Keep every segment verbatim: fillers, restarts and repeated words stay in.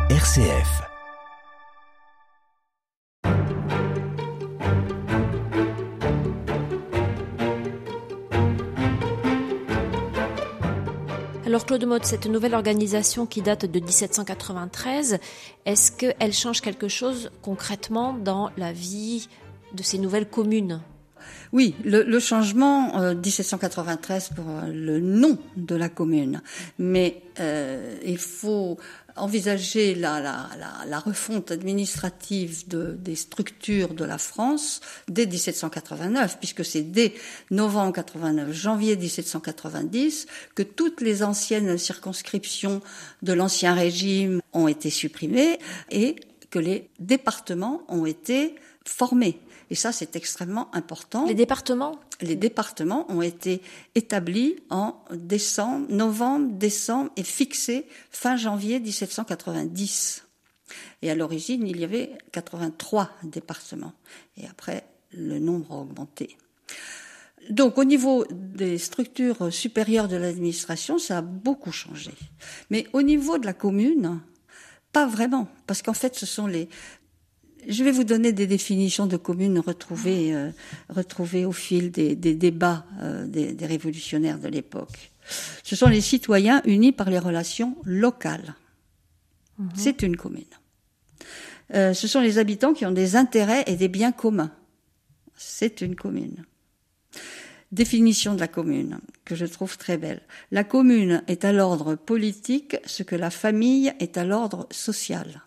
R C F. Alors Claude Motte, cette nouvelle organisation qui date de dix-sept cent quatre-vingt-treize, est-ce qu'elle change quelque chose concrètement dans la vie de ces nouvelles communes ? Oui, le, le changement, euh, dix-sept cent quatre-vingt-treize pour euh, le nom de la commune, mais euh, il faut envisager la, la, la, la refonte administrative de, des structures de la France dès dix-sept cent quatre-vingt-neuf, puisque c'est dès novembre quatre-vingt-neuf, janvier dix-sept cent quatre-vingt-dix, que toutes les anciennes circonscriptions de l'Ancien Régime ont été supprimées et que les départements ont été formés. Et ça, c'est extrêmement important. Les départements ? Les départements ont été établis en décembre, novembre, décembre et fixés fin janvier dix-sept cent quatre-vingt-dix. Et à l'origine, il y avait quatre-vingt-trois départements. Et après, le nombre a augmenté. Donc, au niveau des structures supérieures de l'administration, ça a beaucoup changé. Mais au niveau de la commune, pas vraiment. Parce qu'en fait, ce sont les... Je vais vous donner des définitions de communes retrouvées, euh, retrouvées au fil des, des débats euh, des, des révolutionnaires de l'époque. Ce sont les citoyens unis par les relations locales. Mmh. C'est une commune. Euh, ce sont les habitants qui ont des intérêts et des biens communs. C'est une commune. Définition de la commune, que je trouve très belle. La commune est à l'ordre politique ce que la famille est à l'ordre social.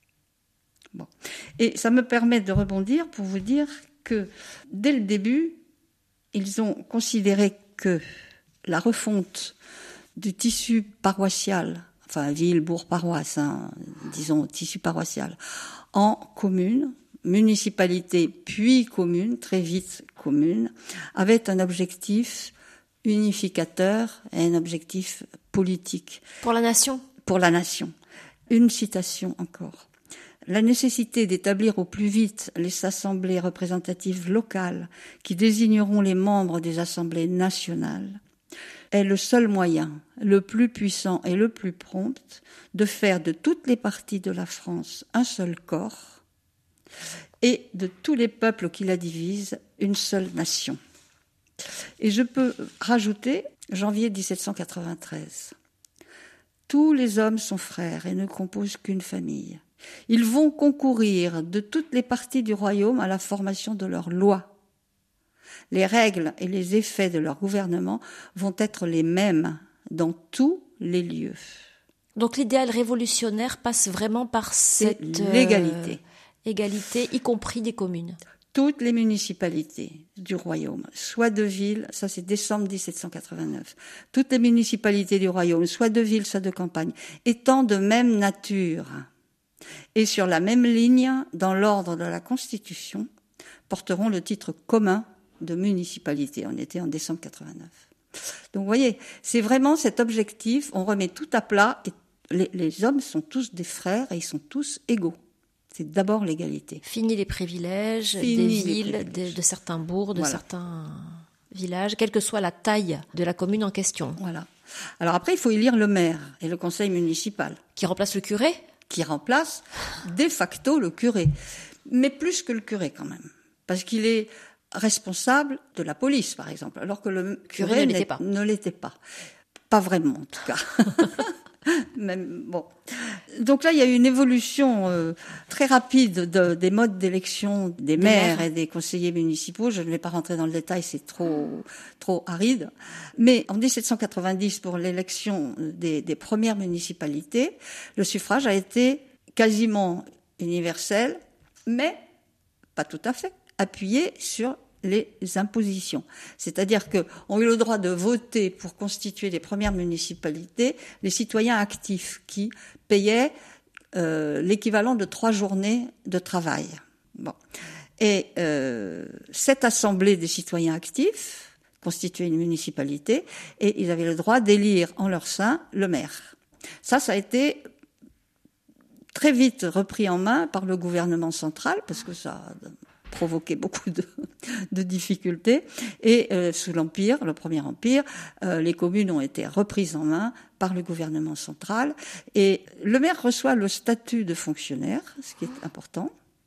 Bon. Et ça me permet de rebondir pour vous dire que dès le début, ils ont considéré que la refonte du tissu paroissial, enfin ville, bourg, paroisse, hein, disons tissu paroissial, en commune, municipalité puis commune, très vite commune, avait un objectif unificateur et un objectif politique. Pour la nation ? Pour la nation. Une citation encore. La nécessité d'établir au plus vite les assemblées représentatives locales qui désigneront les membres des assemblées nationales est le seul moyen, le plus puissant et le plus prompt, de faire de toutes les parties de la France un seul corps et de tous les peuples qui la divisent une seule nation. Et je peux rajouter, janvier dix-sept cent quatre-vingt-treize, tous les hommes sont frères et ne composent qu'une famille. Ils vont concourir de toutes les parties du royaume à la formation de leurs lois. Les règles et les effets de leur gouvernement vont être les mêmes dans tous les lieux. Donc l'idéal révolutionnaire passe vraiment par cette l'égalité. Euh, égalité, y compris des communes. Toutes les municipalités du royaume, soit de ville, ça c'est décembre dix-sept cent quatre-vingt-neuf, toutes les municipalités du royaume, soit de ville, soit de campagne, étant de même nature et sur la même ligne dans l'ordre de la Constitution, porteront le titre commun de municipalité. On était en décembre quatre-vingt-neuf. Donc vous voyez, c'est vraiment cet objectif, on remet tout à plat, et les, les hommes sont tous des frères et ils sont tous égaux. C'est d'abord l'égalité. Fini les privilèges Fini des les villes, privilèges. De, de certains bourgs, de Voilà. certains villages, quelle que soit la taille de la commune en question. Voilà. Alors après, il faut élire le maire et le conseil municipal. Qui remplace le curé ? Qui remplace de facto le curé. Mais plus que le curé quand même. Parce qu'il est responsable de la police, par exemple. Alors que le curé, curé ne l'était pas. Ne l'était pas. Pas vraiment, en tout cas. Même, bon. Donc là, il y a eu une évolution euh, très rapide de, des modes d'élection des, des maires, maires et des conseillers municipaux. Je ne vais pas rentrer dans le détail, c'est trop trop aride. Mais en dix-sept cent quatre-vingt-dix, pour l'élection des, des premières municipalités, le suffrage a été quasiment universel, mais pas tout à fait, appuyé sur les impositions. C'est-à-dire qu'ont eu le droit de voter pour constituer les premières municipalités les citoyens actifs qui payaient euh, l'équivalent de trois journées de travail. Bon. Et euh, cette assemblée des citoyens actifs constituait une municipalité et ils avaient le droit d'élire en leur sein le maire. Ça, ça a été très vite repris en main par le gouvernement central parce que ça provoqué beaucoup de, de difficultés. Et euh, sous l'Empire, le Premier Empire, euh, les communes ont été reprises en main par le gouvernement central. Et le maire reçoit le statut de fonctionnaire, ce qui est important.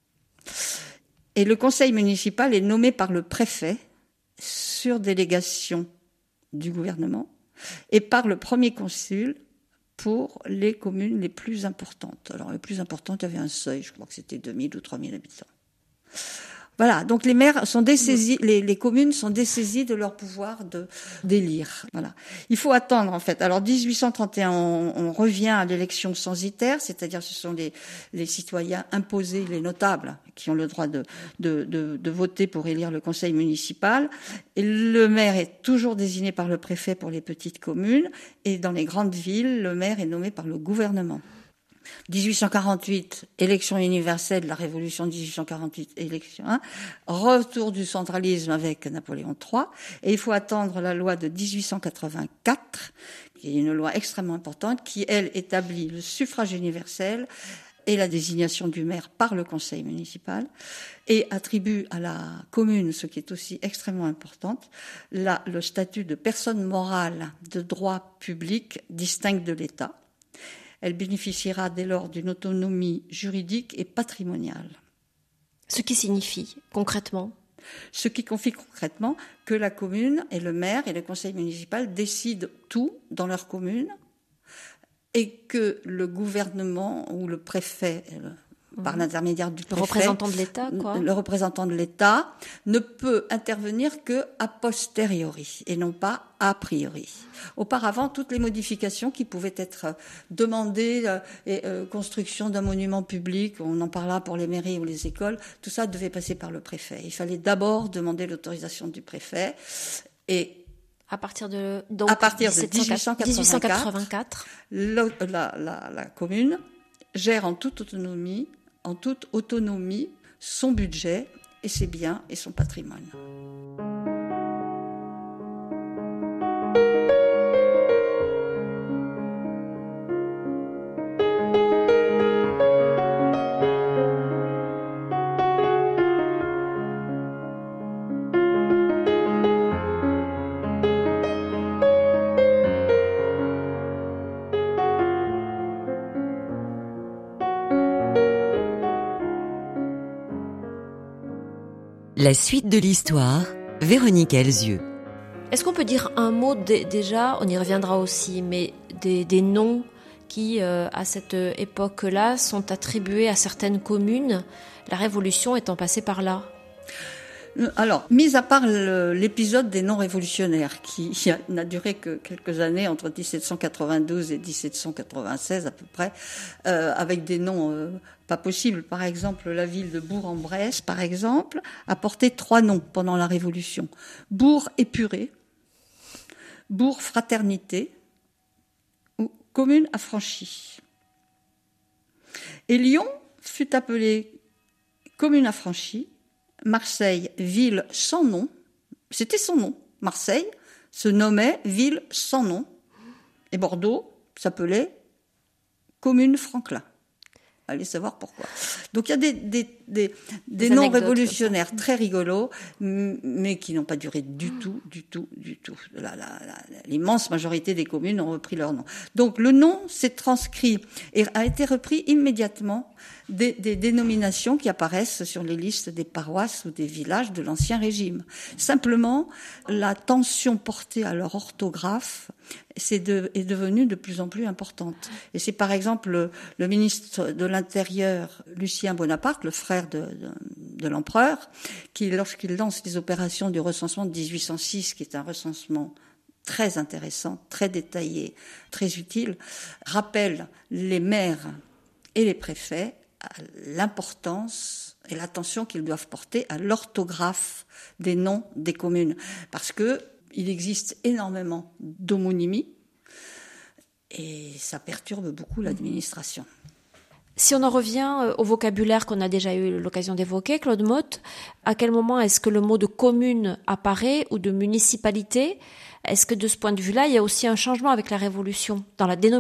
Et le conseil municipal est nommé par le préfet sur délégation du gouvernement et par le premier consul pour les communes les plus importantes. Alors, les plus importantes, il y avait un seuil, je crois que c'était deux mille ou trois mille habitants. Voilà, donc les maires sont dessaisis, les, les communes sont dessaisies de leur pouvoir de d'élire. Voilà, il faut attendre en fait. Alors dix-huit cent trente et un, on, on revient à l'élection censitaire, c'est-à-dire ce sont les les citoyens imposés, les notables, qui ont le droit de de de, de voter pour élire le conseil municipal. Et le maire est toujours désigné par le préfet pour les petites communes, et dans les grandes villes, le maire est nommé par le gouvernement. dix-huit cent quarante-huit, élection universelle, la révolution de dix-huit cent quarante-huit, élection, hein, retour du centralisme avec Napoléon trois, et il faut attendre la loi de dix-huit cent quatre-vingt-quatre, qui est une loi extrêmement importante, qui, elle, établit le suffrage universel et la désignation du maire par le conseil municipal, et attribue à la commune, ce qui est aussi extrêmement important, là, le statut de personne morale de droit public distinct de l'État. Elle bénéficiera dès lors d'une autonomie juridique et patrimoniale. Ce qui signifie concrètement ? Ce qui confie concrètement que la commune et le maire et le conseil municipal décident tout dans leur commune et que le gouvernement ou le préfet, par l'intermédiaire du préfet, le représentant de l'État, quoi. Le représentant de l'État ne peut intervenir que a posteriori et non pas a priori. Auparavant, toutes les modifications qui pouvaient être demandées, euh, et, euh, construction d'un monument public, on en parla pour les mairies ou les écoles, tout ça devait passer par le préfet. Il fallait d'abord demander l'autorisation du préfet et à partir de donc à partir de dix-huit cent quatre-vingt-quatre, la, la, la, la commune gère en toute autonomie, en toute autonomie son budget et ses biens et son patrimoine. La suite de l'histoire, Véronique Elzieux. Est-ce qu'on peut dire un mot d- déjà, on y reviendra aussi, mais des, des noms qui, euh, à cette époque-là, sont attribués à certaines communes, la Révolution étant passée par là ? Alors, mis à part le, l'épisode des non-révolutionnaires, qui n'a duré que quelques années, entre dix-sept cent quatre-vingt-douze et dix-sept cent quatre-vingt-seize à peu près, euh, avec des noms euh, pas possibles. Par exemple, la ville de Bourg-en-Bresse, par exemple, a porté trois noms pendant la Révolution. Bourg-Épuré, Bourg-Fraternité ou Commune affranchie. Et Lyon fut appelée Commune affranchie. Marseille, ville sans nom, c'était son nom. Marseille se nommait ville sans nom. Et Bordeaux s'appelait Commune Franklin. Allez savoir pourquoi. Donc il y a des, des, des, des, des noms révolutionnaires très rigolos, mais qui n'ont pas duré du tout, du tout, du tout. La, la, la, l'immense majorité des communes ont repris leur nom. Donc le nom s'est transcrit et a été repris immédiatement des, des dénominations qui apparaissent sur les listes des paroisses ou des villages de l'Ancien Régime. Simplement, la tension portée à leur orthographe c'est de, est devenue de plus en plus importante. Et c'est par exemple le, le ministre de l'Intérieur, Lucien Bonaparte, le frère de, de, de l'empereur, qui, lorsqu'il lance les opérations du recensement de dix-huit cent six, qui est un recensement très intéressant, très détaillé, très utile, rappelle les maires et les préfets à l'importance et l'attention qu'ils doivent porter à l'orthographe des noms des communes. Parce que il existe énormément d'homonymie et ça perturbe beaucoup l'administration. Si on en revient au vocabulaire qu'on a déjà eu l'occasion d'évoquer, Claude Motte, à quel moment est-ce que le mot de commune apparaît ou de municipalité ? Est-ce que de ce point de vue-là, il y a aussi un changement avec la Révolution dans la dénomination ?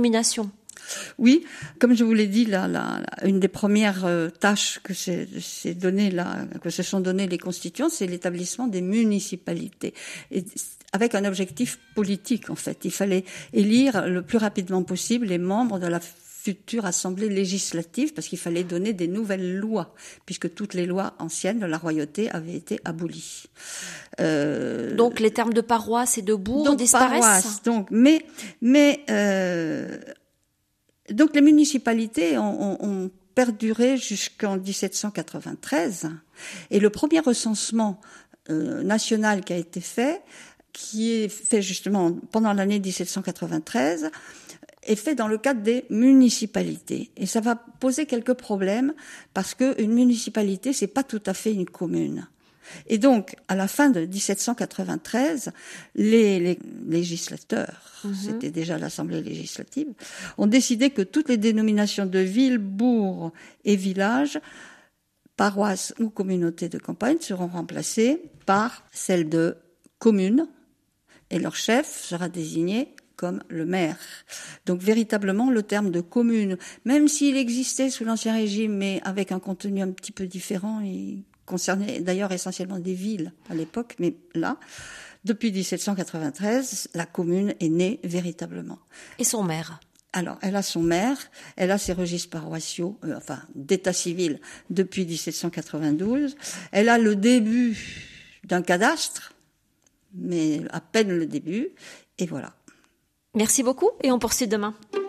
Oui, comme je vous l'ai dit, là, là, une des premières euh, tâches que, c'est, c'est donné, là, que se sont données les constituants, c'est l'établissement des municipalités. Et avec un objectif politique, en fait. Il fallait élire le plus rapidement possible les membres de la future assemblée législative, parce qu'il fallait donner des nouvelles lois, puisque toutes les lois anciennes de la royauté avaient été abolies. Euh, donc les termes de paroisse et de bourg donc, disparaissent. Paroisse, donc, mais, mais euh, donc les municipalités ont, ont, ont perduré jusqu'en dix-sept cent quatre-vingt-treize, et le premier recensement euh, national qui a été fait, qui est fait justement pendant l'année dix-sept cent quatre-vingt-treize, est fait dans le cadre des municipalités. Et ça va poser quelques problèmes parce que une municipalité, c'est pas tout à fait une commune. Et donc, à la fin de dix-sept cent quatre-vingt-treize, les, les législateurs, mmh. c'était déjà l'Assemblée législative, ont décidé que toutes les dénominations de villes, bourgs et villages, paroisses ou communautés de campagne seront remplacées par celles de communes, et leur chef sera désigné comme le maire. Donc véritablement le terme de commune, même s'il existait sous l'Ancien Régime, mais avec un contenu un petit peu différent, il concernait d'ailleurs essentiellement des villes à l'époque, mais là, depuis dix-sept cent quatre-vingt-treize, la commune est née véritablement. Et son maire ? Alors, elle a son maire, elle a ses registres paroissiaux, euh, enfin d'état civil depuis dix-sept cent quatre-vingt-douze, elle a le début d'un cadastre, mais à peine le début, et voilà. Merci beaucoup et on poursuit demain.